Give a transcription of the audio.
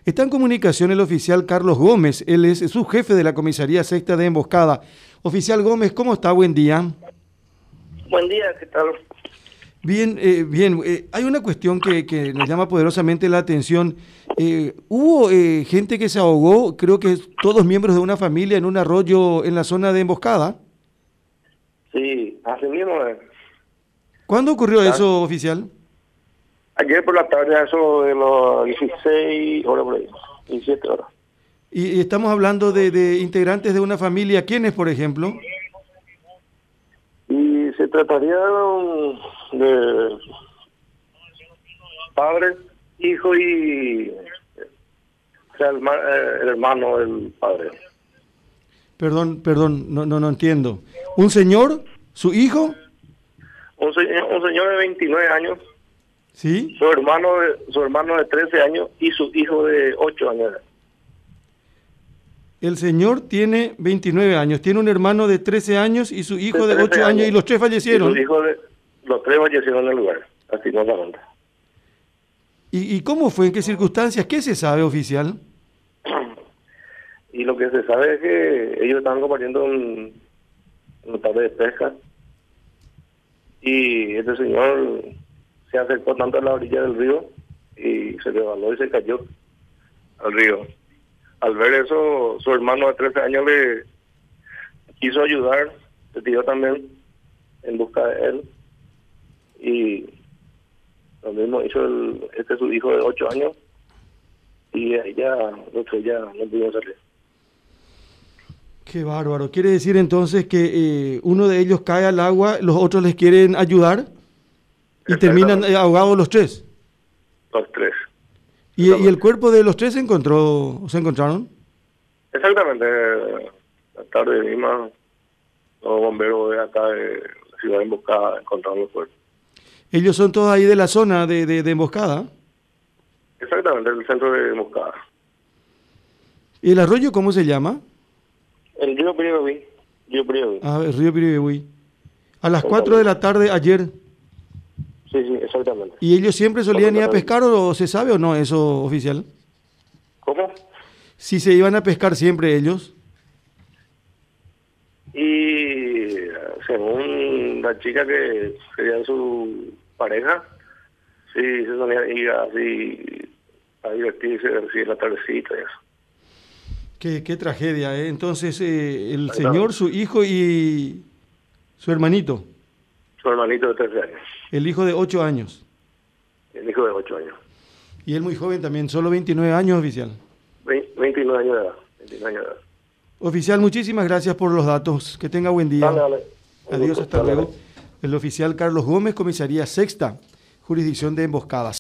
Está en comunicación el oficial Carlos Gómez, él es subjefe de la comisaría sexta de Emboscada. Oficial Gómez, ¿cómo está? Buen día. Buen día, ¿qué tal? Bien, hay una cuestión que nos llama poderosamente la atención. Hubo gente que se ahogó, creo que todos miembros de una familia en un arroyo en la zona de Emboscada. Sí, así mismo es. ¿Cuándo ocurrió eso, oficial? Ayer por la tarde, a eso de los 16 horas por ahí, 17 horas. Y estamos hablando de integrantes de una familia. ¿Quiénes, por ejemplo? Y se trataría de padre, hijo y o sea, el hermano del padre. Perdón, no entiendo. ¿Un señor? ¿Su hijo? Un señor de 29 años, ¿Sí? su hermano de 13 años y su hijo de 8 años. El señor tiene 29 años, tiene un hermano de 13 años y su hijo de 8 años y los tres fallecieron. Los tres fallecieron en el lugar, lastimosamente. ¿Y cómo fue? ¿En qué circunstancias? ¿Qué se sabe, oficial? Y lo que se sabe es que ellos estaban compartiendo un tarde de pesca y este señor se acercó tanto a la orilla del río y se resbaló y se cayó al río. Al ver eso, su hermano de 13 años le quiso ayudar, se tiró también en busca de él y lo mismo hizo su hijo de 8 años y ella no pudo salir. Qué bárbaro. ¿Quiere decir entonces que uno de ellos cae al agua, los otros les quieren ayudar y terminan ahogados los tres? Los tres. ¿Y el cuerpo de los tres se encontraron? Exactamente. La tarde misma, los bomberos de acá de la ciudad de Emboscada encontraron los cuerpos. ¿Ellos son todos ahí de la zona de Emboscada? Exactamente, del centro de Emboscada. ¿Y el arroyo cómo se llama? El río Piribebuy. Ah, el río Piribebuy. A las 4 de la tarde ayer. Sí, exactamente. ¿Y ellos siempre solían ir a pescar o se sabe o no eso, oficial? ¿Cómo? Si se iban a pescar siempre ellos. Y según la chica que sería su pareja, sí, se solía ir así a divertirse, así en la tardecita y eso. Qué tragedia, ¿eh? Entonces, el señor, su hijo y su hermanito. Su hermanito de 13 años. El hijo de 8 años. El hijo de 8 años. Y él muy joven también, solo 29 años, oficial. 29 años de edad. 29 años de edad. Oficial, muchísimas gracias por los datos. Que tenga buen día. Dale. Adiós, hasta luego. El oficial Carlos Gómez, comisaría sexta, jurisdicción de Emboscadas.